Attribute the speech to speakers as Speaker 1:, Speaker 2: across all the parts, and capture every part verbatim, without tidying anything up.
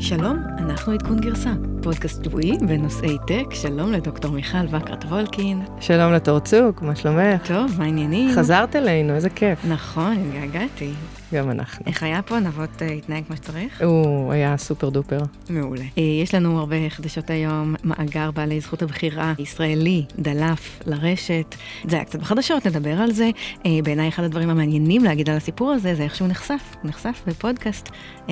Speaker 1: שלום, אנחנו עדכון גרסה, פודקאסט שבועי בנושאי טק. שלום לדוקטור מיכל וקרת וולקין.
Speaker 2: שלום לתור צוק, מה שלומך?
Speaker 1: טוב, מה העניינים?
Speaker 2: חזרת אלינו, איזה כיף.
Speaker 1: נכון, הגעתי.
Speaker 2: גם אנחנו.
Speaker 1: איך היה פה? נבות התנהג כמו שצריך?
Speaker 2: הוא היה סופר דופר.
Speaker 1: מעולה. יש לנו הרבה חדשות היום, מאגר בעלי זכות הבחירה ישראלי, דלף לרשת. זה היה קצת בחדשות, נדבר על זה. בעיניי אחד הדברים המעניינים להגיד על הסיפור הזה, זה איך שהוא נחשף. הוא נחשף בפודקאסט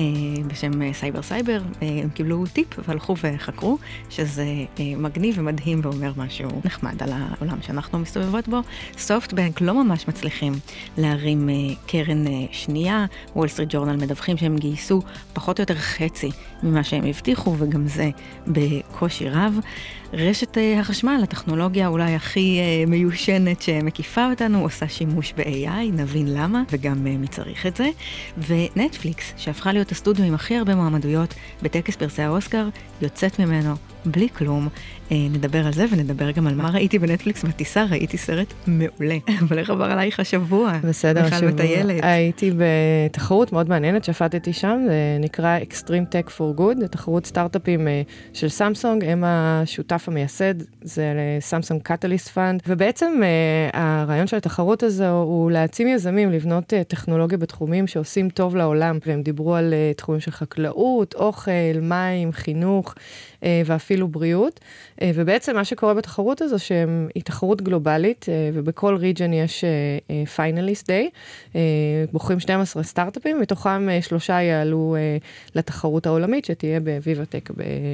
Speaker 1: בשם סייבר סייבר. הם קיבלו טיפ והלכו וחקרו, שזה מגניב ומדהים ואומר משהו נחמד על העולם שאנחנו מסתובבות בו. סופטבנק לא ממש מצליחים להרים קרן שנייה. וול סטריט ג'ורנל מדווחים שהם גייסו פחות או יותר חצי ממה שהם הבטיחו, וגם זה בקושי רב. רשת החשמל, הטכנולוגיה אולי הכי מיושנת שמקיפה אותנו, עושה שימוש ב-איי איי, נבין למה וגם מי צריך את זה. ונטפליקס, שהפכה להיות הסטודיו עם הכי הרבה מועמדויות בטקס פרסי האוסקר, יוצאת ממנו בלי כלום. נדבר על זה ונדבר גם על מה ראיתי בנטפליקס בטיסה. ראיתי סרט מעולה, אבל איך עבר עלייך השבוע?
Speaker 2: בסדר, השבוע. הייתי בתחרות מאוד מעניינת, שפטתי שם, זה נקרא Extreme Tech for Good, זה תחרות סטארט-אפים של סמסונג, הם השותף המייסד, זה סמסונג קטליסט פאנד, ובעצם הרעיון של התחרות הזו הוא להעצים יזמים, לבנות טכנולוגיה בתחומים שעושים טוב לעולם, והם דיברו על תחומים של חקלאות, אוכל, מים, חינוך, ואפילו בריאות. ובעצם מה שקורה בתחרות הזו, שהיא תחרות גלובלית, ובכל ריג'ן יש פיינליסט דיי, בוחרים שנים עשר סטארט-אפים, מתוכם שלושה יעלו לתחרות העולמית, שתהיה בוויבטק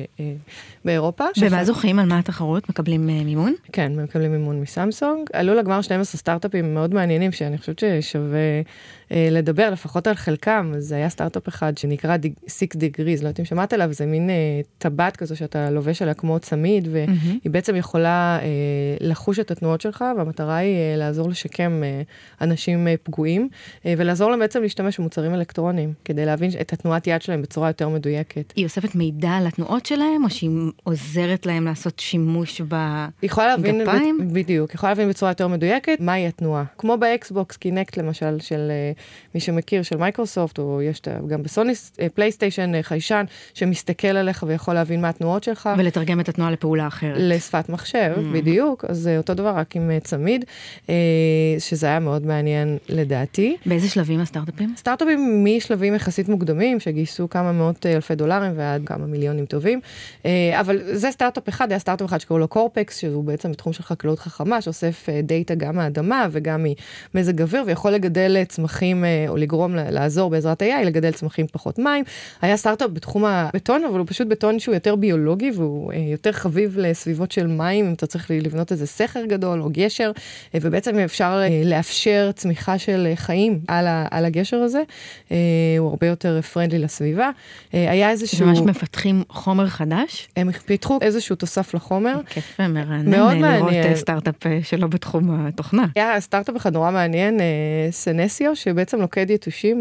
Speaker 2: באירופה.
Speaker 1: ומה זוכים? על מה התחרות? מקבלים מימון?
Speaker 2: כן, מקבלים מימון מסמסונג. עלו לגמר שנים עשר סטארט-אפים מאוד מעניינים, שאני חושבת ששווה לדבר, לפחות על חלקם. אז היה סטארט-אפ אחד שנקרא six degrees, לא יודעים שמעת עליו, זה מין טבעת כזו שאתה לובש עליה כמו צמיד, והיא בעצם יכולה לחוש את התנועות שלך, והמטרה היא לעזור לשקם אנשים פגועים, ולעזור להם בעצם להשתמש במוצרים אלקטרוניים, כדי להבין את התנועת יד שלהם בצורה יותר מדויקת.
Speaker 1: היא אוספת מידע על התנועות שלהם, או שהיא עוזרת להם לעשות שימוש בגפיים?
Speaker 2: בדיוק, יכולה להבין בצורה יותר מדויקת מהי התנועה. כמו באקסבוקס קינקט למשל, של מי שמכיר, של מייקרוסופט, או יש גם בסוני פלייסטיישן חיישן, שמסתכל עליך ויכול להבין מה התנועות שלך.
Speaker 1: ולתרגם את התנועה לפעולה אחרת.
Speaker 2: לשפת מחשב, mm. בדיוק. אז זה אותו דבר, רק עם צמיד, שזה היה מאוד מעניין לדעתי.
Speaker 1: באיזה שלבים הסטארט-אפים?
Speaker 2: סטארט-אפים משלבים יחסית מוקדמים, שגייסו כמה מאות אלפי דולרים, ועד כמה מיליונים טובים. אבל זה סטארט-אפ אחד, היה סטארט-אפ אחד שקורא לו קורפקס, שהוא בעצם בתחום של חקלאות חכמה, שאוסף דאטה גם מהאדמה וגם ממזג אוויר, ויכול לגדל צמחים, או לגרום לעזור בעזרת איי איי, לגדל צמחים פחות מים. היה סטארט-אפ בתחום הבטון, אבל הוא פשוט בטון שהוא יותר ביולוגי, והוא יותר חביב לסביבות של מים, אם אתה צריך לבנות איזה סכר גדול או גשר, ובעצם אפשר לאפשר צמיחה של חיים על, ה, על הגשר הזה. הוא הרבה יותר פרנדלי לסביבה. היה איזשהו...
Speaker 1: ממש מפתחים חומר חדש?
Speaker 2: הם פיתחו איזשהו תוסף לחומר.
Speaker 1: כיף ומרענן לראות סטארט-אפ שלא בתחום התוכנה.
Speaker 2: היה סטארט-אפ אחד נורא מעניין, סנסיו, שבעצם לוקד יתושים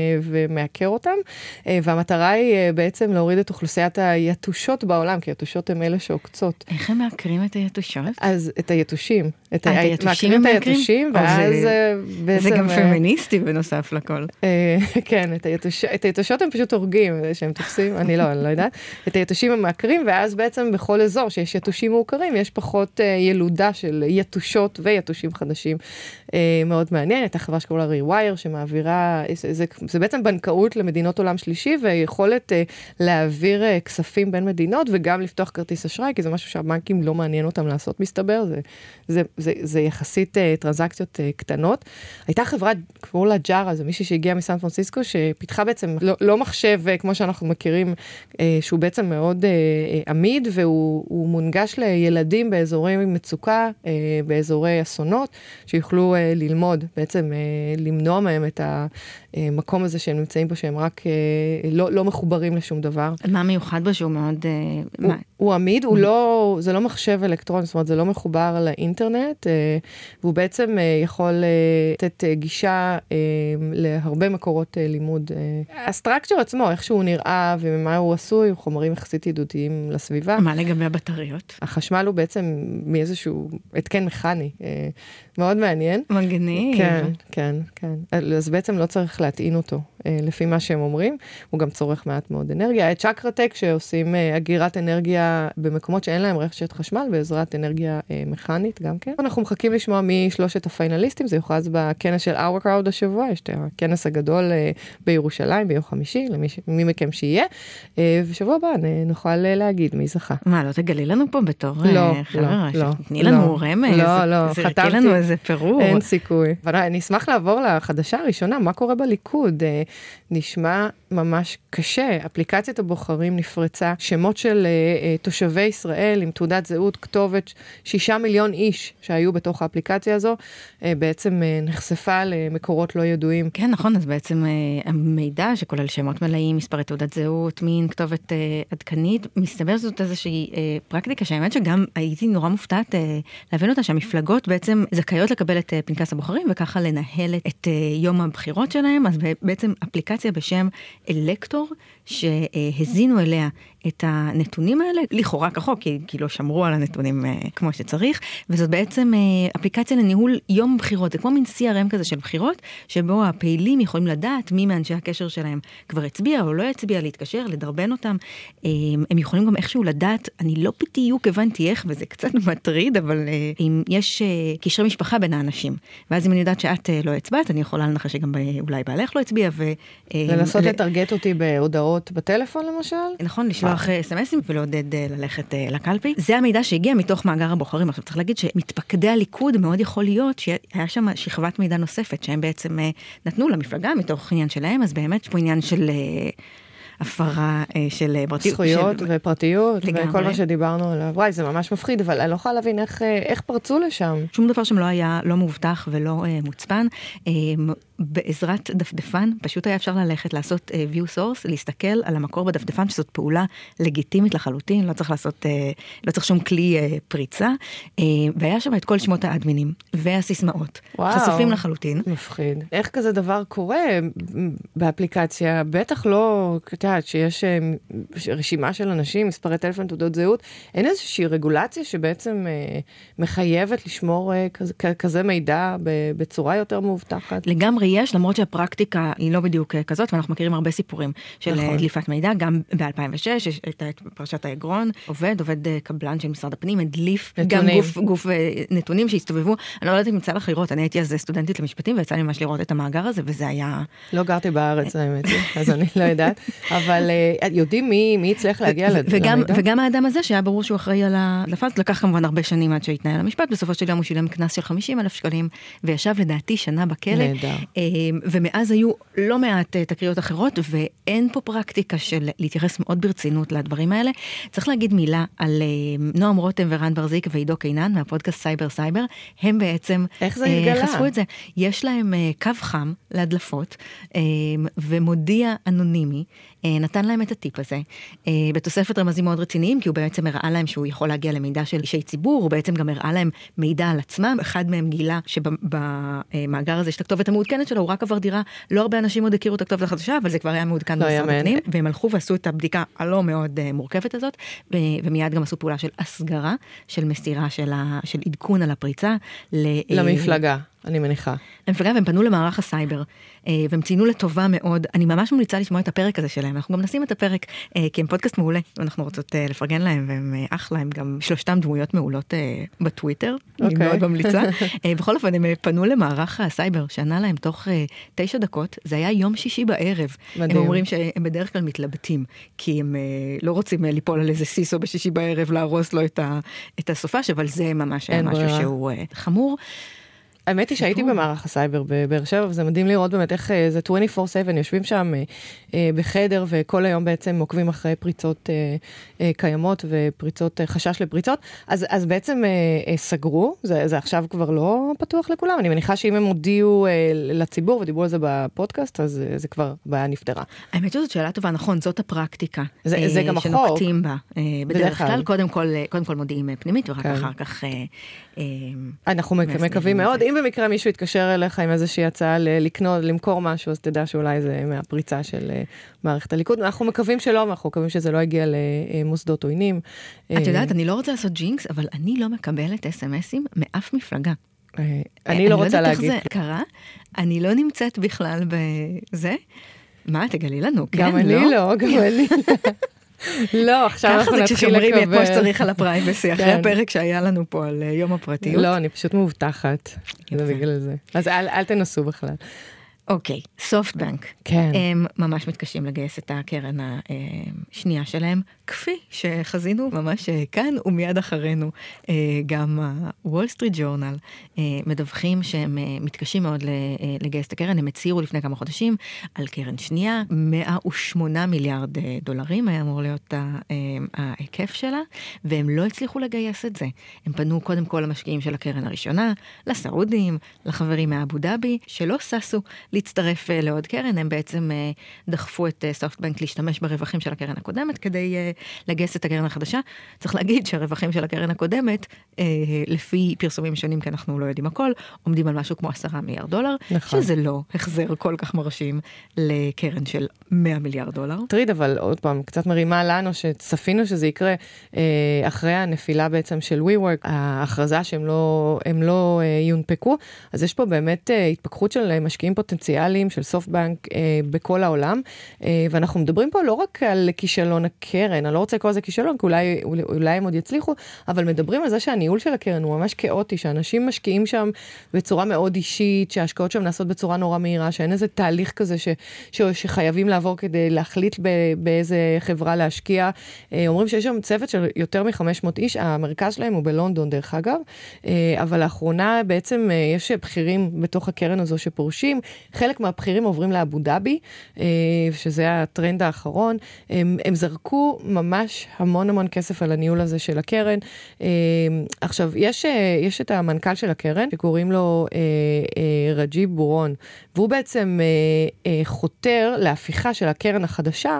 Speaker 2: ומעקר אותם, והמטרה היא בעצם להוריד את אוכלוסיית היתושות בעולם, כי יתושות הן אלה שעוקצות.
Speaker 1: איך הם מעקרים את היתושות?
Speaker 2: אז את היתושים.
Speaker 1: את היתושים הם מעקרים?
Speaker 2: ואז
Speaker 1: זה גם פמיניסטי בנוסף לכל.
Speaker 2: כן, את היתושות הם פשוט הורגים, שהם תופסים, אני לא, אני לא יודעת. את היתושים הם מעקרים, ואז בעצם בכל אזור שיש יתושים מעוקרים, יש פחות ילודה של יתושות ויתושים חדשים. מאוד מעניין, את החברה שקוראים לה Rewire, שמעבירה, זה, זה בעצם בנקאות למדינות עולם שלישי, ויכולת להעביר כספים בין מדינות, וגם לפתוח כרטיס אשראי, כי זה משהו שהבנקים לא מעניין אותם לעשות, מסתבר, זה, זה, זה, זה יחסית טרנזקציות קטנות. הייתה חברה, קראו לה ג'ארה, זה מישהי שהגיעה מסן פרנסיסקו, שפיתחה בעצם לא, לא מחשב, כמו שאנחנו מכירים, שהוא בעצם מאוד עמיד, והוא מונגש לילדים באזורי מצוקה, באזורי אסונות, שיוכלו ללמוד, בעצם למנוע מהם את המקום הזה שהם נמצאים פה, שהם רק לא, לא מחוברים לשום דבר.
Speaker 1: מה מיוחד בו שהוא מאוד...
Speaker 2: הוא, הוא עמיד, הוא לא, זה לא מחשב אלקטרוני, זאת אומרת, זה לא מחובר לאינטרנט, והוא בעצם יכול לתת גישה להרבה מקורות לימוד. הסטרקצ'ר עצמו, איך שהוא נראה וממה הוא עשוי, הוא חומרים יחסית ידידותיים לסביבה.
Speaker 1: מה לגבי הבטריות?
Speaker 2: החשמל הוא בעצם מאיזשהו התקן מכני, מאוד מעניין.
Speaker 1: מגניב.
Speaker 2: כן, כן, כן. אז בעצם לא צריך להטעין אותו. לפי מה שהם אומרים, הוא גם צורך מעט מאוד אנרגיה. צ'קרטק שעושים אגירת אנרגיה במקומות שאין להם רשת חשמל, בעזרת אנרגיה מכנית גם כן. אנחנו מחכים לשמוע משלושת הפיינליסטים, זה יוכרז בכנס של Our Crowd השבוע, יש את הכנס הגדול בירושלים ביום חמישי, למי מכם שיהיה, ושבוע הבא נוכל להגיד מי זכה.
Speaker 1: מה, לא תגלי לנו פה בתור
Speaker 2: חברה?
Speaker 1: לא, לא. תני לנו רמז,
Speaker 2: לא, לא,
Speaker 1: חתמתי לנו איזה פירור.
Speaker 2: אין סיכוי. אני אשמח לעבור לחדשה הראשונה, מה קורה בליכוד? נשמע ממש קשה. אפליקציית הבוחרים נפרצה, שמות של תושבי ישראל עם תעודת זהות, כתובת, שישה מיליון איש שהיו בתוך האפליקציה הזו, בעצם נחשפה למקורות לא ידועים.
Speaker 1: כן, נכון, אז בעצם המידע שכולל שמות מלאים, מספרי תעודת זהות, מין כתובת עדכנית, מסתבר שזאת איזושהי פרקטיקה שהאמת שגם הייתי נורא מופתעת להבין אותה, שהמפלגות בעצם זכאיות לקבל את פנקס הבוחרים, וככה לנהל את יום הבחירות שלהם, אז בעצם אפליקציה בשם אלקטור, שהזינו אליה את הנתונים האלה, לכאורה כחוק, כי, כי לא שמרו על הנתונים uh, כמו שצריך, וזאת בעצם uh, אפליקציה לניהול יום בחירות, זה כמו מין סי אר אם כזה של בחירות, שבו הפעילים יכולים לדעת מי מאנשי הקשר שלהם כבר הצביע או לא הצביע, להתקשר, לדרבן אותם, um, הם יכולים גם איכשהו לדעת, אני לא בדיוק הבנתי איך, וזה קצת מטריד, אבל uh, אם יש uh, קשרי משפחה בין האנשים, ואז אם אני יודעת שאת uh, לא הצבעת, אני יכולה לנחש שגם ב, אולי בעלך לא הצביע, ו... Uh,
Speaker 2: לנסות ל... לטרגט אותי בהודעות בטלפון למשל?
Speaker 1: נכון, לשלוח אס-אמסים ולעודד ללכת לקלפי. זה המידע שהגיע מתוך מאגר הבוחרים. עכשיו צריך להגיד שמתפקדי הליכוד מאוד יכול להיות שהיה שם שכבת מידע נוספת, שהם בעצם נתנו למפלגה מתוך עניין שלהם, אז באמת יש פה עניין של הפרה של פרטיות.
Speaker 2: זכויות של... ופרטיות לגמרי. וכל מה שדיברנו עליו. וואי, זה ממש מפחיד, אבל אני לא יכולה להבין איך, איך פרצו לשם.
Speaker 1: שום דבר שם לא היה לא מובטח ולא אה, מוצפן. אה, בעזרת דפדפן, פשוט היה אפשר ללכת לעשות אה, view source, להסתכל על המקור בדפדפן, שזאת פעולה לגיטימית לחלוטין, לא צריך לעשות, אה, לא צריך שום כלי אה, פריצה, אה, והיה שם את כל שמות האדמינים והסיסמאות, וואו, חשופים לחלוטין.
Speaker 2: מפחיד. איך כזה דבר קורה באפליקציה? בטח לא, כתעת, שיש אה, רשימה של אנשים, מספרי טלפון, תעודות זהות, אין איזושהי רגולציה שבעצם אה, מחייבת לשמור אה, כזה, כזה מידע בצורה יותר מאובטחת?
Speaker 1: לגמרי יש, למרות שהפרקטיקה היא לא בדיוק כזאת, ואנחנו מכירים הרבה סיפורים של נכון. דליפת מידע, גם ב-אלפיים ושש, יש את פרשת האגרון, עובד, עובד קבלן של משרד הפנים, הדליף, גם גוף, גוף נתונים שהסתובבו, אני לא יודעת אם יצא לך לראות, אני הייתי אז סטודנטית למשפטים, ויצא לי ממש לראות את המאגר הזה, וזה היה...
Speaker 2: לא גרתי בארץ, האמת, אז אני לא יודעת, אבל יודעים מי, מי הצליח להגיע
Speaker 1: וגם, וגם האדם הזה, שהיה ברור שהוא אחראי על הדלפה, זה לקח כמובן הרבה שנים עד שהתנהל המשפט, בסופו של יום הוא שילם קנס של חמישים אלף שקלים, וישב לדעתי שנה בכלא, ומאז היו לא מעט תקריות אחרות, ואין פה פרקטיקה של להתייחס מאוד ברצינות לדברים האלה. צריך להגיד מילה על נועם רותם ורן ברזיק ועידו קינן, מהפודקאסט סייבר סייבר, הם בעצם חשפו את זה. יש להם קו חם להדלפות, ומודיע אנונימי, נתן להם את הטיפ הזה, בתוספת רמזים מאוד רציניים, כי הוא בעצם הראה להם שהוא יכול להגיע למידע של אישי ציבור, הוא בעצם גם הראה להם מידע על עצמם, אחד מהם גילה שבמאגר הזה יש את הכתובת המעודכנת שלו, הוא רק עבר דירה, לא הרבה אנשים עוד הכירו את הכתובת החדשה, אבל זה כבר היה מעודכן במשרד הפנים, והם הלכו ועשו את הבדיקה הלא מאוד מורכבת הזאת, ומיד גם עשו פעולה של הסגרה, של מסירה של עדכון על הפריצה.
Speaker 2: למפלגה. אני מניחה.
Speaker 1: למפלגה, והם פנו למערך הסייבר, והם ציינו לטובה מאוד. אני ממש ממליצה לשמוע את הפרק הזה שלהם. אנחנו גם נשים את הפרק, כי הם פודקאסט מעולה, ואנחנו רוצות לפרגן להם, והם אחלה, הם גם שלושתם דמויות מעולות בטוויטר. אני מאוד ממליצה. בכל אופן, הם פנו למערך הסייבר, שענה להם תוך תשע דקות, זה היה יום שישי בערב. הם אומרים שהם בדרך כלל מתלבטים, כי הם לא רוצים ליפול על איזה סיסו בשישי בערב, להרוס לו את הסופש, אבל זה ממש היה משהו שהוא חמור.
Speaker 2: האמת היא שהייתי במערך הסייבר בבאר שבע, וזה מדהים לראות באמת איך זה עשרים וארבע שבע, יושבים שם בחדר, וכל היום בעצם עוקבים אחרי פריצות קיימות, ופריצות, חשש לפריצות, אז, אז בעצם סגרו, זה, זה עכשיו כבר לא פתוח לכולם, אני מניחה שאם הם הודיעו לציבור, ודיברו על זה בפודקאסט, אז זה כבר בעיה נפתרה.
Speaker 1: האמת שזאת שאלה טובה, נכון, זאת הפרקטיקה.
Speaker 2: זה, זה גם החוק.
Speaker 1: שנוקטים בה. בדרך כלל, קודם כל, קודם כל מודיעים פנימית, ורק אחר כך...
Speaker 2: אנחנו מקווים מאוד, אם במקרה מישהו יתקשר אליך עם איזושהי הצעה לקנות, למכור משהו, אז תדע שאולי זה מהפריצה של מערכת הליכוד. אנחנו מקווים שלא, אנחנו מקווים שזה לא יגיע למוסדות עוינים.
Speaker 1: את יודעת, אני לא רוצה לעשות ג'ינקס, אבל אני לא מקבלת אס-אמסים מאף מפלגה.
Speaker 2: אני לא רוצה להגיד.
Speaker 1: אני לא יודעת איך זה קרה, אני לא נמצאת בכלל בזה. מה, תגלי לנו, כן,
Speaker 2: גם אני לא, גם אני לא. לא, עכשיו אנחנו נתחיל לקבל.
Speaker 1: ככה זה כששומרים כמו שצריך על הפרייבסי, אחרי הפרק שהיה לנו פה על יום הפרטיות.
Speaker 2: לא, אני פשוט מאובטחת, זה בגלל זה. אז אל תנסו בכלל.
Speaker 1: אוקיי, סופטבנק.
Speaker 2: כן.
Speaker 1: הם ממש מתקשים לגייס את הקרן השנייה שלהם, כפי שחזינו ממש כאן ומיד אחרינו. גם הוול סטריט ג'ורנל מדווחים שהם מתקשים מאוד לגייס את הקרן. הם הציעו לפני כמה חודשים על קרן שנייה, מאה ושמונה מיליארד דולרים היה אמור להיות ההיקף שלה, והם לא הצליחו לגייס את זה. הם פנו קודם כל למשקיעים של הקרן הראשונה, לסעודים, לחברים מאבו דאבי, שלא ססו להצטרף לעוד קרן. הם בעצם דחפו את סופטבנק להשתמש ברווחים של הקרן הקודמת כדי לגייס את הקרן החדשה. צריך להגיד שהרווחים של הקרן הקודמת, לפי פרסומים שונים, כי אנחנו לא יודעים הכל, עומדים על משהו כמו עשרה מיליארד דולר, נכון. שזה לא החזר כל כך מרשים לקרן של מאה מיליארד דולר. טריד,
Speaker 2: אבל עוד פעם, קצת מרימה לנו שצפינו שזה יקרה אחרי הנפילה בעצם של WeWork, ההכרזה שהם לא, הם לא יונפקו, אז יש פה באמת התפכחות של משקיעים פוטנציאליים של סופטבנק בכל העולם, ואנחנו מדברים פה לא רק על כישלון הקרן, אני לא רוצה לקרוא לזה כישלון, כי אולי, אולי הם עוד יצליחו, אבל מדברים על זה שהניהול של הקרן הוא ממש כאוטי, שאנשים משקיעים שם בצורה מאוד אישית, שההשקעות שם נעשות בצורה נורא מהירה, שאין איזה תהליך כזה ש, ש, שחייבים לעבור כדי להחליט ב, באיזה חברה להשקיע. אומרים שיש שם צוות של יותר מ-חמש מאות איש, המרכז שלהם הוא בלונדון דרך אגב, אבל לאחרונה בעצם יש בכירים בתוך הקרן הזו שפורשים, חלק מהבכירים עוברים לאבו דאבי, שזה הטרנד האחרון, הם, הם זרקו ממש המון המון כסף על הניהול הזה של הקרן. עכשיו, יש, יש את המנכ"ל של הקרן, שקוראים לו רג'יב בורון, והוא בעצם חותר להפיכה של הקרן החדשה,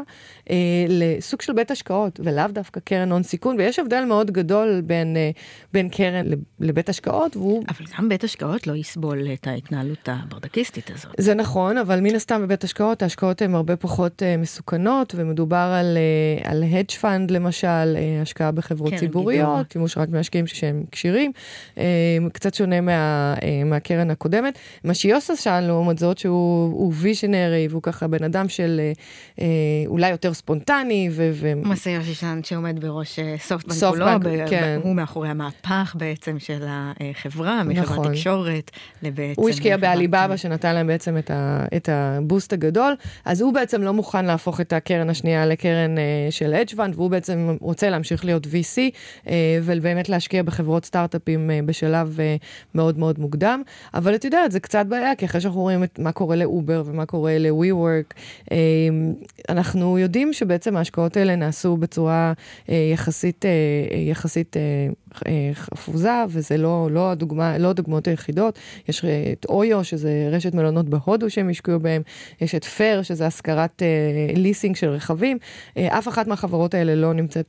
Speaker 2: לסוג של בית השקעות, ולאו דווקא קרן הון סיכון, ויש הבדל מאוד גדול בין, בין קרן לבית השקעות, והוא...
Speaker 1: אבל גם בית השקעות לא יסבול את ההתנהלות הברדקיסטית הזאת.
Speaker 2: זה נכון, אבל מן הסתם בבית השקעות, ההשקעות הן הרבה פחות מסוכנות, ומדובר על, על hedge fund למשל, השקעה בחברות ציבוריות, שימוש רק מהשקיעים שהם קשירים, קצת שונה מה, מהקרן הקודמת. מה שיוסס שאל לעומת זאת, שהוא ויז'נרי, והוא ככה בן אדם של אולי יותר ספונטני.
Speaker 1: מסי יושיסן שעומד בראש סופטבנק, הוא מאחורי המהפך בעצם של החברה, מחברת תקשורת לבעצם...
Speaker 2: הוא השקיע בעליבאבא שנתן להם בעצם את הבוסט הגדול, אז הוא בעצם לא מוכן להפוך את הקרן השנייה לקרן של hedge fund, והוא בעצם רוצה להמשיך להיות וי סי, ובאמת להשקיע בחברות סטארט-אפים בשלב מאוד מאוד מוקדם. אבל את יודעת, זה קצת בעיה, כי אחרי שאנחנו רואים מה קורה לאובר ומה קורה ל-WeWork, אנחנו יודעים שבעצם ההשקעות האלה נעשו בצורה יחסית, יחסית חפוזה, וזה לא, לא הדוגמה, לא הדוגמאות היחידות. יש את אויו, שזה רשת מלונות בהודו שהם השקיעו בהם, יש את פר, שזה השכרת ליסינג של רכבים. אף אחת מהחברות האלה לא נמצאת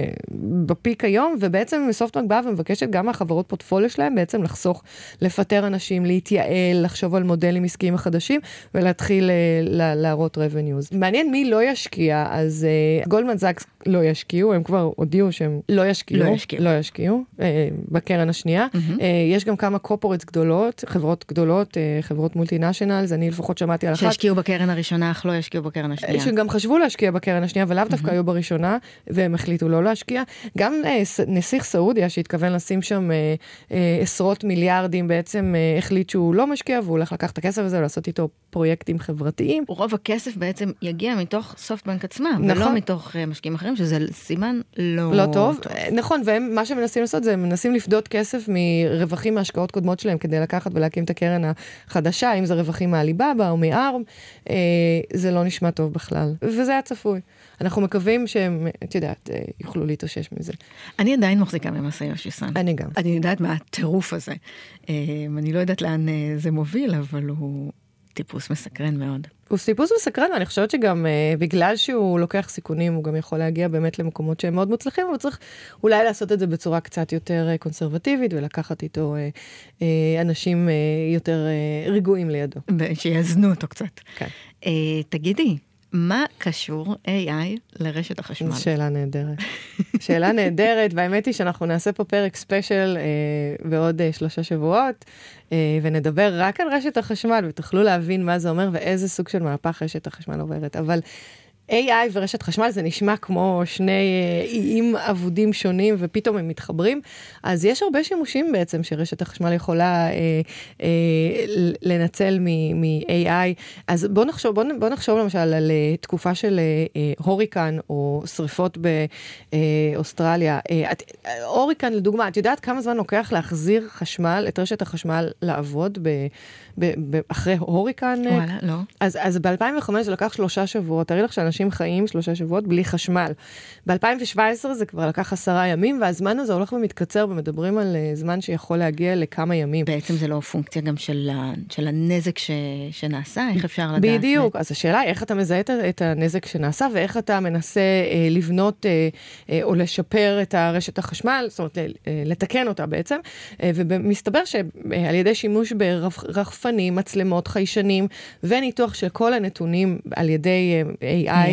Speaker 2: בפיק היום, ובעצם סופטבנק באה ומבקשת גם מהחברות פורטפוליו שלהם בעצם לחסוך, לפטר אנשים, להתייעל, לחשוב על מודלים עסקיים החדשים, ולהתחיל להראות revenues. מעניין מי לא ישקיע, אז גולדמן זאקס לא ישקיעו, הם כבר הודיעו שהם לא ישקיעו,
Speaker 1: לא ישקיעו,
Speaker 2: לא ישקיעו בקרן השנייה. יש גם כמה קורפורטס גדולות, חברות גדולות, חברות מולטינשיונלס, אני לפחות שמעתי על אחת.
Speaker 1: שהשקיעו בקרן הראשונה, אך לא ישקיעו בקרן השנייה.
Speaker 2: שגם חשבו להשקיע בקרן השנייה, ולאו דווקא היו בראשונה, והם החליטו לא להשקיע. גם נסיך סעודיה, שהתכוון לשים שם עשרות מיליארדים, בעצם החליט שהוא לא משקיע, והוא הולך לקחת את הכסף הזה, ולעשות איתו פרויקטים חברתיים.
Speaker 1: רוב הכסף בעצם יגיע מתוך סופטבנק עצמם, ולא מתוך משקיעים אחרים, שזה סימן לא,
Speaker 2: לא טוב. נכון, והם, מה שמנסים לעשות זה, הם מנסים לפדות כסף מרווחים מהשקעות קודמות שלהם, כדי לקחת ולהקים את הקרן החדשה, אם זה רווחים מעליבאבא או מארם, זה לא נשמע טוב בכלל. וזה היה צפוי. אנחנו מקווים שהם, את יודעת, יוכלו להתאושש מזה.
Speaker 1: אני עדיין מחזיקה ממסי יושיסן.
Speaker 2: אני גם.
Speaker 1: אני יודעת מה הטירוף הזה. אני לא יודעת לאן זה מוביל, אבל הוא טיפוס מסקרן מאוד.
Speaker 2: הוא טיפוס מסקרן, ואני חושבת שגם בגלל שהוא לוקח סיכונים, הוא גם יכול להגיע באמת למקומות שהם מאוד מוצלחים, אבל צריך אולי לעשות את זה בצורה קצת יותר קונסרבטיבית, ולקחת איתו אנשים יותר רגועים לידו.
Speaker 1: שיאזנו אותו קצת.
Speaker 2: כן.
Speaker 1: תגידי, מה קשור איי איי לרשת החשמל?
Speaker 2: שאלה נהדרת. שאלה נהדרת, והאמת היא שאנחנו נעשה פה פרק ספיישל אה, בעוד אה, שלושה שבועות, אה, ונדבר רק על רשת החשמל, ותוכלו להבין מה זה אומר ואיזה סוג של מהפך רשת החשמל עוברת. אבל איי איי ורשת חשמל זה נשמע כמו שני איים עבודים שונים ופתאום הם מתחברים, אז יש הרבה שימושים בעצם שרשת החשמל יכולה אה, אה, לנצל מ-איי איי, אז בוא נחשוב, בוא, בוא נחשוב למשל על אה, תקופה של אה, הוריקן או שריפות באוסטרליה. אה, את, הוריקן לדוגמה, את יודעת כמה זמן לוקח להחזיר חשמל, את רשת החשמל לעבוד ב... ב- ב- אחרי הוריקן?
Speaker 1: וואלה, לא.
Speaker 2: אז, אז ב-אלפיים וחמש זה לקח שלושה שבועות, תראי לך שאנשים חיים שלושה שבועות בלי חשמל. ב-אלפיים שבע עשרה זה כבר לקח עשרה ימים, והזמן הזה הולך ומתקצר, ומדברים על uh, זמן שיכול להגיע לכמה ימים.
Speaker 1: בעצם זה לא פונקציה גם של, של הנזק ש, שנעשה, איך אפשר לדעת?
Speaker 2: בדיוק, אז השאלה היא איך אתה מזהה את הנזק שנעשה, ואיך אתה מנסה uh, לבנות uh, uh, או לשפר את הרשת החשמל, זאת אומרת, uh, לתקן אותה בעצם, uh, ומסתבר שעל ידי שימוש ברחפנים, מצלמות, חיישנים, וניתוח של כל הנתונים על ידי איי איי,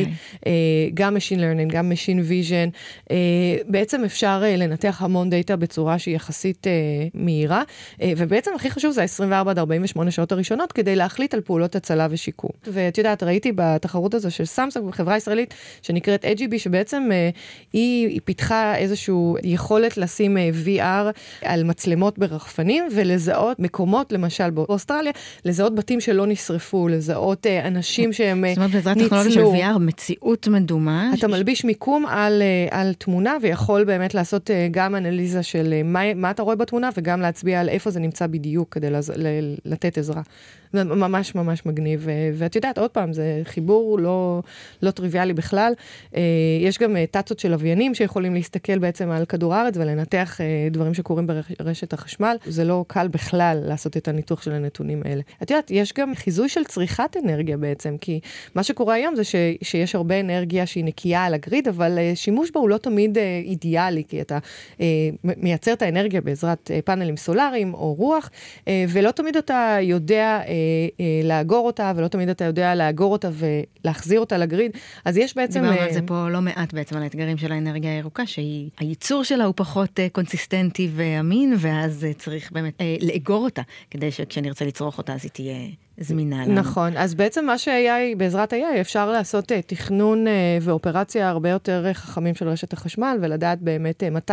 Speaker 2: גם Machine Learning, גם Machine Vision, בעצם אפשר לנתח המון דאטה בצורה שהיא יחסית מהירה, ובעצם הכי חשוב זה ה-עשרים וארבע עד ארבעים ושמונה שעות הראשונות, כדי להחליט על פעולות הצלה ושיקום. ואת יודעת, ראיתי בתחרות הזו של סמסונג, בחברה ישראלית, שנקראת איי ג'י בי, שבעצם היא, היא פיתחה איזשהו יכולת לשים וי אר על מצלמות ברחפנים, ולזהות מקומות, למשל באוסטרליה, לזהות בתים שלא נשרפו, לזהות אנשים שהם ניצלו.
Speaker 1: זאת אומרת, בעזרת טכנולוגיה של וי אר, מציאות מדומה.
Speaker 2: אתה מלביש מיקום על, על תמונה, ויכול באמת לעשות גם אנליזה של מה, מה אתה רואה בתמונה, וגם להצביע על איפה זה נמצא בדיוק, כדי לז, ל, לתת עזרה. ממש ממש מגניב, ואת יודעת, עוד פעם, זה חיבור לא, לא טריוויאלי בכלל. יש גם טאצות של לוויינים שיכולים להסתכל בעצם על כדור הארץ ולנתח דברים שקורים ברשת החשמל. זה לא קל בכלל לעשות את הניתוח של הנתונים האלה. את יודעת, יש גם חיזוי של צריכת אנרגיה בעצם, כי מה שקורה היום זה ש, שיש הרבה אנרגיה שהיא נקייה על הגריד, אבל שימוש בה הוא לא תמיד אידיאלי, כי אתה מייצר את האנרגיה בעזרת פאנלים סולאריים או רוח, ולא תמיד אתה יודע לאגור אותה, ולא תמיד אתה יודע לאגור אותה ולהחזיר אותה לגריד. אז יש בעצם...
Speaker 1: דיברנו על זה פה לא מעט בעצם על האתגרים של האנרגיה הירוקה, שהייצור שלה הוא פחות קונסיסטנטי ואמין, ואז צריך באמת לאגור אותה, כדי שכשנרצה לצרוך אותה, אז היא תהיה זמינה לנו.
Speaker 2: נכון, אז בעצם מה שהיה בעזרת היה, אפשר לעשות תכנון ואופרציה הרבה יותר חכמים של רשת החשמל, ולדעת באמת מתי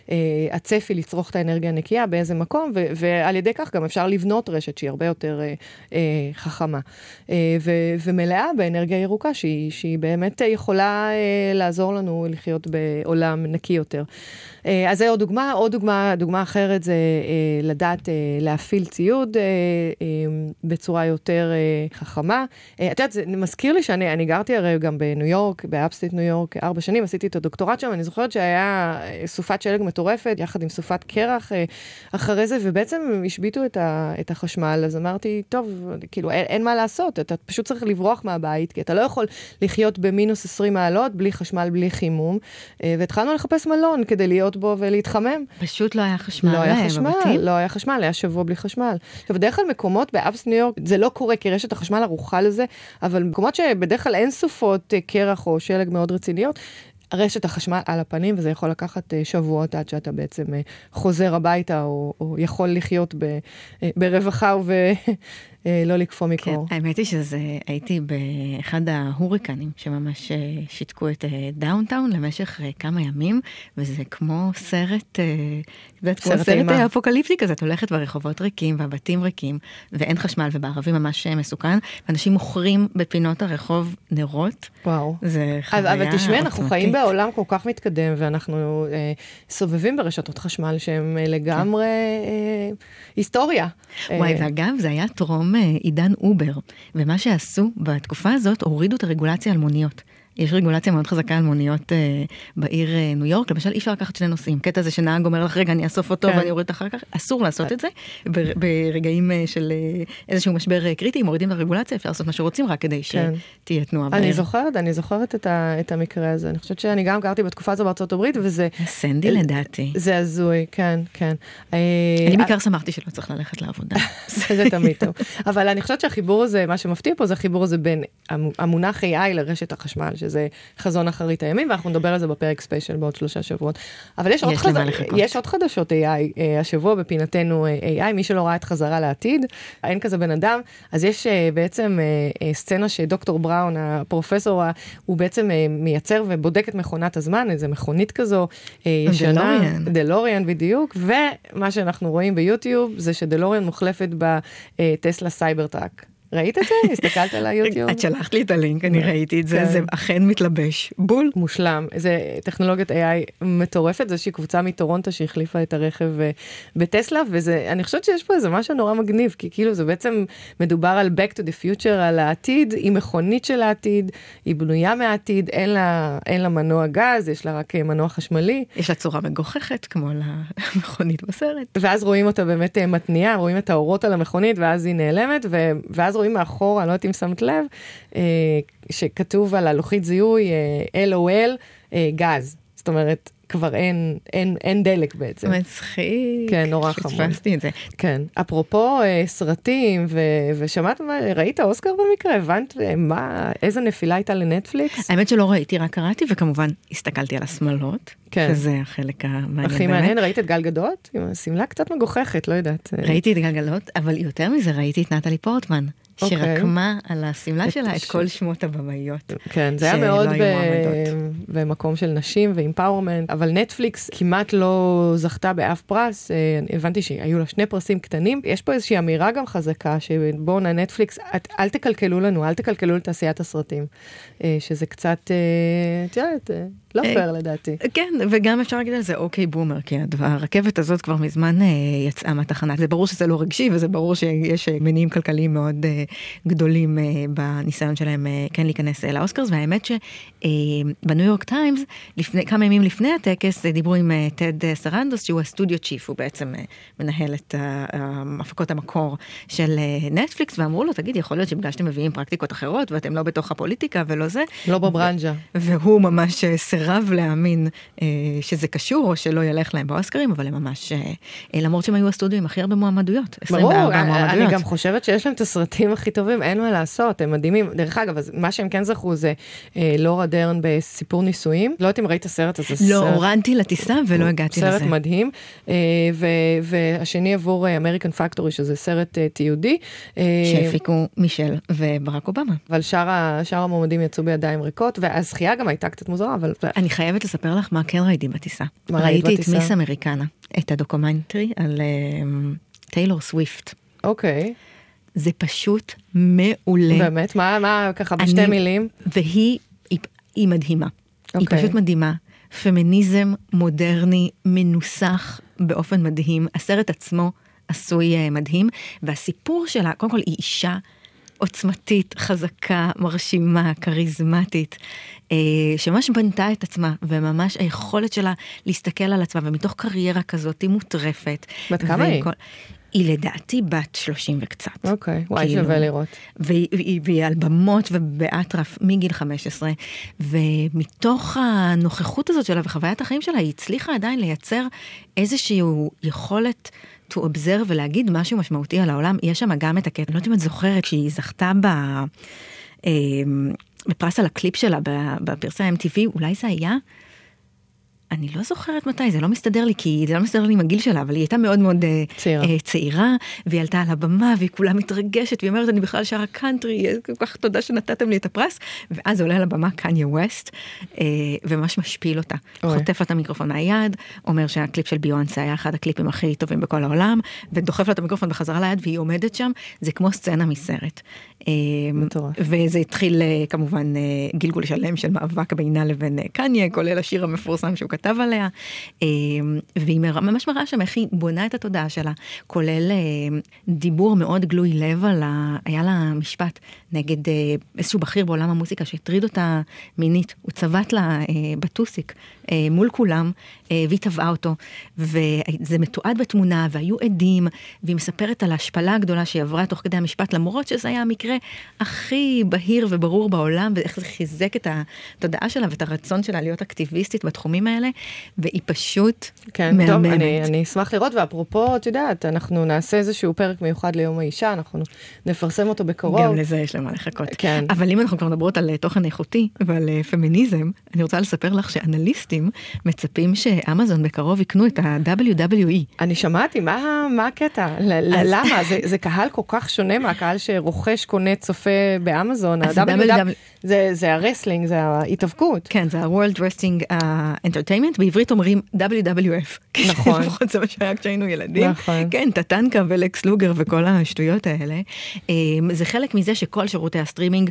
Speaker 2: הצפי לצרוך את האנרגיה הנקייה, באיזה מקום, ועל ידי כך גם אפשר לבנות רשת שהיא הרבה יותר חכמה. ומלאה באנרגיה ירוקה, שהיא באמת יכולה לעזור לנו לחיות בעולם נקי יותר. אז זה עוד דוגמה, עוד דוגמה, דוגמה אחרת זה לדעת להפעיל ציוד בצורה יותר חכמה. את יודעת, זה מזכיר לי שאני אני גרתי הרי גם בניו יורק, באפסטייט ניו יורק, ארבע שנים, עשיתי את הדוקטורט שם, אני זוכרת שהיה סופת שלג מטורפת, יחד עם סופת קרח אחרי זה, ובעצם השביטו את, ה, את החשמל, אז אמרתי, טוב, כאילו, אין, אין מה לעשות, אתה פשוט צריך לברוח מהבית, כי אתה לא יכול לחיות במינוס עשרים מעלות, בלי חשמל, בלי חימום, והתחלנו לחפש מלון כדי להיות בו ולהתחמם.
Speaker 1: פשוט לא היה חשמל.
Speaker 2: לא היה חשמל, לא היה חשמל, היה שבוע בלי חשמל. עכשיו, בדרך כלל מקומות באפסטייט ניו יורק, זה לא קורה כי רשת החשמל ערוכה לזה, אבל מקומות שבדרך כלל אין סופות קרח או שלג מאוד רציניות, רשת החשמל על הפנים, וזה יכול לקחת שבועות עד שאתה בעצם חוזר הביתה, או, או יכול לחיות ב, ברווחה וב... לא לקפוא מקור.
Speaker 1: כן, האמת היא שזה, הייתי באחד ההוריקנים שממש שיתקו את דאונטאון למשך כמה ימים, וזה כמו סרט, כמו סרט אפוקליפטי כזה, את הולכת ברחובות ריקים והבתים ריקים, ואין חשמל ובערבים ממש מסוכן, ואנשים מוכרים בפינות הרחוב נרות.
Speaker 2: וואו.
Speaker 1: זה חוויה
Speaker 2: אבל תשמע, אנחנו חיים בעולם כל כך מתקדם, ואנחנו סובבים ברשתות חשמל שהם לגמרי היסטוריה.
Speaker 1: וואי, ואגב, זה היה טרום עידן אובר, ומה שעשו בתקופה הזאת, הורידו את הרגולציה על מוניות. יש רגולציה מאוד חזקה על מוניות אה, בעיר אה, ניו יורק, למשל אי אפשר לקחת שני נוסעים, קטע זה שנהג אומר לך, רגע, אני אסוף אותו כן. ואני אוריד אחר כך, אסור לעשות את זה, בר, ברגעים אה, של אה, איזשהו משבר אה, קריטי, אם מורידים את הרגולציה, אפשר לעשות מה שרוצים, רק כדי כן. שתהיה תנועה בעיר.
Speaker 2: אני זוכרת, אני זוכרת את, ה, את המקרה הזה, אני חושבת שאני גם גרתי בתקופה הזו בארצות הברית, וזה...
Speaker 1: סנדי לדעתי.
Speaker 2: זה הזוי, כן, כן.
Speaker 1: אני בעיקר שמחתי שלא צריך ללכת לעבודה.
Speaker 2: זה תמיד טוב. אבל אני חושבת שהחיבור הזה, מה שמפתיע פה, זה החיבור הזה בין המונח איי איי לרשת החשמל, שזה חזון אחרית הימים, ואנחנו נדבר על זה בפרק ספיישל בעוד שלושה שבועות. אבל יש, יש, עוד, חז... יש עוד חדשות איי איי, השבוע בפינתנו איי איי, מי שלא ראה את חזרה לעתיד, אין כזה בן אדם, אז יש בעצם סצנה שדוקטור בראון, הפרופסור, הוא בעצם מייצר ובודק את מכונת הזמן, איזו מכונית כזו, ישנה, דלוריאן בדיוק, ומה שאנחנו רואים ביוטיוב, זה שדלוריאן מוחלפת בטסלה סייבר טראק. ראית את זה? הסתכלת על היוטיוב?
Speaker 1: את שלחת לי את הלינק, אני ראיתי את זה, זה אכן מתלבש. בול.
Speaker 2: מושלם. זה טכנולוגיית איי איי מטורפת, זו שהיא קבוצה מטורונטו שהחליפה את הרכב בטסלה, ואני חושבת שיש פה איזה משהו נורא מגניב, כי כאילו זה בעצם מדובר על back to the future, על העתיד, היא מכונית של העתיד, היא בנויה מהעתיד, אין לה, אין לה מנוע גז, יש לה רק מנוע חשמלי.
Speaker 1: יש לה צורה מגוחכת, כמו למכונית בסרט.
Speaker 2: ואז רואים אותה באמת מתניעה, רואים את האורות על המכונית, ואז היא נעלמת, ואז רואים מאחורה, אני לא יודעת אם שמת לב, שכתוב על הלוחית זיהוי אל או אל, גז. זאת אומרת, כבר אין, אין, אין דלק בעצם.
Speaker 1: מצחיק.
Speaker 2: כן, נורא חמוד.
Speaker 1: שתפסתי את זה.
Speaker 2: כן. אפרופו סרטים, ו, ושמעת מה, ראית אוסקר במקרה? הבנת מה, איזה נפילה הייתה לנטפליקס?
Speaker 1: האמת שלא ראיתי, רק קראתי, וכמובן הסתכלתי על השמלות, כן. שזה החלק המעניין
Speaker 2: הכי
Speaker 1: באמת.
Speaker 2: מעניין, ראית את גל גדות? עם הסמלה קצת מגוחכת, לא יודעת.
Speaker 1: ראיתי את גל גדות, אבל יותר מזה ראיתי את נטלי פורטמן. שרקמה על הסמלה שלה את כל שמות הבמאיות.
Speaker 2: כן, זה היה מאוד במקום של נשים ואימפאורמנט, אבל נטפליקס כמעט לא זכתה באף פרס, הבנתי שהיו לה שני פרסים קטנים, יש פה איזושהי אמירה גם חזקה, שבואו נטפליקס, אל תקלקלו לנו, אל תקלקלו לתעשיית הסרטים, שזה קצת, תראית, לא פייר לדעתי.
Speaker 1: כן, וגם אפשר להגיד על זה אוקיי בומר, כי הרכבת הזאת כבר מזמן יצאה מהתחנה, זה ברור שזה לא רגשי, וזה ברור שיש מניעים כלכליים מאוד גדולים בניסיון שלהם כן להיכנס לאוסקרס, והאמת שבניו יורק טיימס, כמה ימים לפני הטקס, דיברו עם טד סרנדוס, שהוא הסטודיו צ'יף, הוא בעצם מנהל את הפקות המקור של נטפליקס, ואמרו לו, תגיד, יכול להיות שבגלל שאתם מביאים פרקטיקות אחרות, ואתם לא בתוך הפוליטיקה ולא זה.
Speaker 2: לא בברנג'ה.
Speaker 1: והוא ממש סירב להאמין שזה קשור, או שלא ילך להם באוסקרים, אבל הם ממש, למרות שהם היו הסטודיו עם הכי הרבה מועמדויות.
Speaker 2: ברור, אני גם חושבת שיש להם את הסרטים הכי טובים, אין מה לעשות, הם מדהימים. דרך אגב, אז מה שהם כן זכו זה לורה דרן בסיפור נישואים. לא יודעת אם ראית הסרט הזה.
Speaker 1: לא, הורדתי לטיסה ולא הגעתי לזה.
Speaker 2: סרט מדהים. והשני עבור אמריקן פקטורי, שזה סרט תיעודי.
Speaker 1: שהפיקו מישל וברק אובמה.
Speaker 2: אבל שאר המועמדים יצאו בידיים ריקות, והזכייה גם הייתה קצת מוזרה, אבל...
Speaker 1: אני חייבת לספר לך מה כן ראיתי בטיסה. ראיתי את מיס אמריקנה, את הדוקומנטרי על טיילור סוויפט.
Speaker 2: אוקיי.
Speaker 1: זה פשוט מעולה.
Speaker 2: באמת? מה, מה ככה בשתי אני, מילים?
Speaker 1: והיא היא, היא מדהימה. Okay. היא פשוט מדהימה. פמיניזם מודרני, מנוסח באופן מדהים. הסרט עצמו עשוי מדהים, והסיפור שלה, קודם כל היא אישה עוצמתית, חזקה, מרשימה, קריזמטית, שממש בנתה את עצמה, וממש היכולת שלה להסתכל על עצמה, ומתוך קריירה כזאת היא מוטרפת.
Speaker 2: בת כמה היא?
Speaker 1: היא לדעתי בת שלושים וקצת.
Speaker 2: אוקיי, וואי, שווה לראות.
Speaker 1: והיא על במות ובאטרף מגיל חמש עשרה, ומתוך הנוכחות הזאת שלה וחוויית החיים שלה, היא הצליחה עדיין לייצר איזושהי יכולת to observe ולהגיד משהו משמעותי על העולם. יש שם גם את הקטע, אני לא יודעת אם את זוכרת, כשהיא זכתה ב... בפרס על הקליפ שלה בפרסי ה-אם טי וי, אולי זה היה... אני לא זוכרת מתי, זה לא מסתדר לי, כי זה לא מסתדר לי עם הגיל שלה, אבל היא הייתה מאוד מאוד צעירה, uh, צעירה והיא עלתה על הבמה, והיא כולה מתרגשת, והיא אומרת, אני בכלל שרה קאנטרי, כל כך תודה שנתתם לי את הפרס, ואז עולה על הבמה קניה ווסט, uh, וממש משפיל אותה. אוי. חוטף לה את המיקרופון מהיד, אומר שהקליפ של ביונסה היה אחד הקליפים הכי טובים בכל העולם, ודוחף לה את המיקרופון בחזרה ליד, והיא עומדת שם, זה כמו סצנה מסרט.
Speaker 2: מטורף.
Speaker 1: וזה התחיל כמובן גלגול שלם של מאבק בינה לבין קניה, כולל השיר המפורסם שהוא כתב עליה, והיא ממש מראה שם איך היא בונה את התודעה שלה, כולל דיבור מאוד גלוי לב על ה... היה לה משפט נגד איזשהו בכיר בעולם המוזיקה שהטריד אותה מינית, הוא צבט לה בטוסיק מול כולם, והיא טבעה אותו, וזה מתועד בתמונה, והיו עדים, והיא מספרת על ההשפלה הגדולה שהיא עברה תוך כדי המשפט, למרות שזה היה המקרה הכי בהיר וברור בעולם, ואיך זה חיזק את התודעה שלה, ואת הרצון שלה להיות אקטיביסטית בתחומים האלה, והיא פשוט
Speaker 2: כן, מהממת. טוב, אני, אני אשמח לראות, ואפרופו, את יודעת, אנחנו נעשה איזשהו פרק מיוחד ליום האישה, אנחנו נפרסם אותו בקרוב.
Speaker 1: גם לזה יש למה לחכות.
Speaker 2: כן.
Speaker 1: אבל אם אנחנו כבר מדברות על תוכן איכותי, ועל פמיניזם, אני רוצה לספר לך שאנליסטים מצפים שאמזון בקרוב יקנו את ה-דאבליו דאבליו אי.
Speaker 2: אני שמעתי, מה, מה הקטע? למה? זה, זה קהל כל כך שונה מהקהל שרוכש, קונה, צופה באמזון. זה, זה הרסלינג, זה ההתאבקות.
Speaker 1: כן, זה ה-World Wrestling Entertainment, בעברית אומרים דאבליו דאבליו אף.
Speaker 2: נכון.
Speaker 1: לפחות זה מה שהיה כשהיינו ילדים.
Speaker 2: נכון.
Speaker 1: כן, טטנקה ולקס לוגר וכל השטויות האלה. זה חלק מזה שכל שירותי הסטרימינג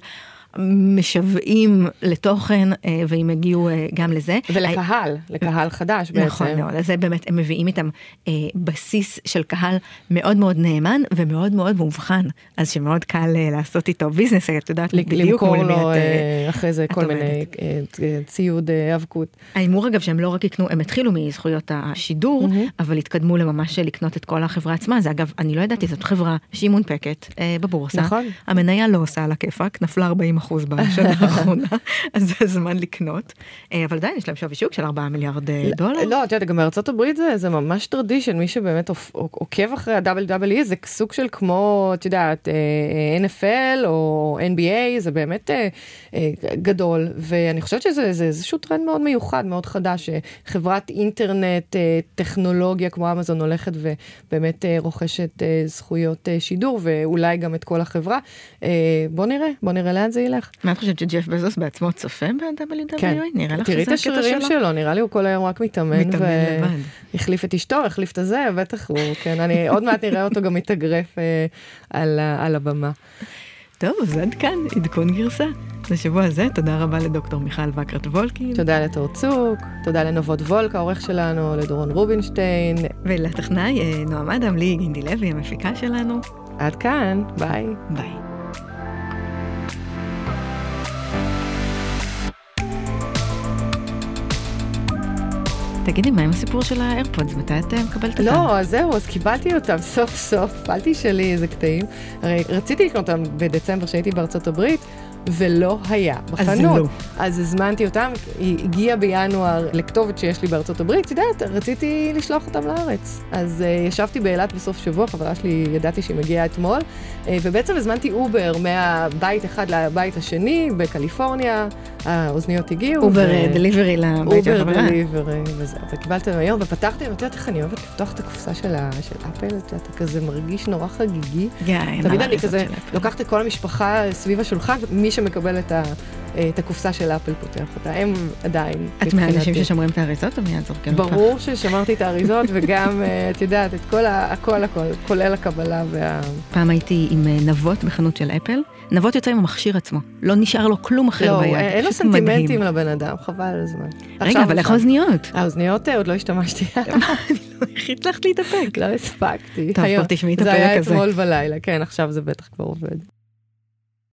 Speaker 1: משוועים לתוכן, והם הגיעו גם לזה.
Speaker 2: ולקהל, לקהל חדש בעצם.
Speaker 1: נכון, זה באמת, הם מביאים איתם בסיס של קהל מאוד מאוד נאמן, ומאוד מאוד מובחן, אז שמאוד קל לעשות איתו ביזנס, את יודעת בדיוק
Speaker 2: למכור לו אחרי זה כל מיני ציוד אבקות.
Speaker 1: האימור אגב שהם לא רק יקנו, הם התחילו מזכויות השידור, אבל התקדמו לממש לקנות את כל החברה עצמה, זה אגב, אני לא ידעתי, זאת חברה שהיא מונפקת בבורסה. המניה לא עושה על הכיפק, נפלה ארבעים אחוז בשנה האחרונה, אז זה הזמן לקנות, אבל עדיין יש להם שווי שוק של ארבעה מיליארד דולר.
Speaker 2: לא, את יודעת, גם בארצות הברית זה, זה ממש טרדישן, מי שבאמת עוקב אחרי ה-דאבליו דאבליו אי, זה סוג של כמו, את יודעת, אן אף אל או אן בי איי, זה באמת גדול, ואני חושבת שזה זה איזשהו טרנד מאוד מיוחד, מאוד חדש, שחברת אינטרנט, טכנולוגיה כמו אמזון הולכת ובאמת רוכשת זכויות שידור, ואולי גם את כל החברה. בוא נראה, בוא נראה לאן זה ילך.
Speaker 1: מה את חושבת שג'ף בזוס בעצמו צופה ב-דאבליו דאבליו אי?
Speaker 2: כן.
Speaker 1: נראה לך
Speaker 2: תראי
Speaker 1: שזה
Speaker 2: את השרירים שלו, נראה לי הוא כל היום רק מתאמן.
Speaker 1: מתאמן לבד.
Speaker 2: החליף את אשתו, החליף את זה, בטח הוא, כן, אני עוד מעט נראה אותו גם מתאגרף על, על הבמה.
Speaker 1: טוב, אז עד כאן, עדכון גרסה. לשבוע הזה, תודה רבה לדוקטור מיכל וקרת וולקין.
Speaker 2: תודה לתור צוק, תודה לנבות וולק, העורך שלנו, לדורון רובינשטיין.
Speaker 1: ולטכנאי, נועם אדם, לי, גינדי לוי, המפיקה שלנו.
Speaker 2: עד כאן, ביי.
Speaker 1: ביי. תגידי, מה עם הסיפור של האיירפודס? מתי את מקבלת אותם?
Speaker 2: לא, אז זהו, אז קיבלתי אותם סוף סוף, פעלתי שלי איזה קטעים. הרי רציתי לקנות אותם בדצמבר שהייתי בארצות הברית, ולא היה בחנות.
Speaker 1: לא.
Speaker 2: אז הזמנתי אותם, היא הגיעה בינואר לכתובת שיש לי בארצות הברית, יודעת, רציתי לשלוח אותם לארץ. אז uh, ישבתי באילת בסוף שבוע, חברה שלי ידעתי שהיא מגיעה אתמול, uh, ובעצם הזמנתי אובר מהבית אחד לבית השני, בקליפורניה, האוזניות הגיעו.
Speaker 1: אובר ו... דליברי לבית של החברה.
Speaker 2: אובר דליברי, וזהו. וקיבלתם היום, ופתחתם, את יודעת איך אני אוהבת לפתוח את הקופסה של, ה... של אפל, את יודעת, כזה מרגיש נורא חגיגי.
Speaker 1: Yeah,
Speaker 2: תמיד אני כזה, לוקחת את כל המשפחה סביב השולחן, מי שמקבל את, ה, את הקופסה של אפל פותח אותה, הם עדיין.
Speaker 1: את מהאנשים ששומרים את האריזות או מיד זורקים אותך?
Speaker 2: ברור ששמרתי את האריזות וגם, את יודעת, את כל ה, הכל הכל, כולל הקבלה וה...
Speaker 1: פעם הייתי עם נבות בחנות של אפל, נבות יוצא עם המכשיר עצמו, לא נשאר לו כלום אחר
Speaker 2: לא,
Speaker 1: ביד.
Speaker 2: לא, אין לו סנטימנטים לבן אדם, חבל על הזמן.
Speaker 1: רגע, אבל איך האוזניות?
Speaker 2: האוזניות עוד לא השתמשתי.
Speaker 1: איך הצלחת להתאפק?
Speaker 2: לא הספקתי.
Speaker 1: טוב, בוא תשמעי את הפרק הזה.
Speaker 2: זה היה אתמול בלילה, כן, עכשיו זה בטח כבר עובד.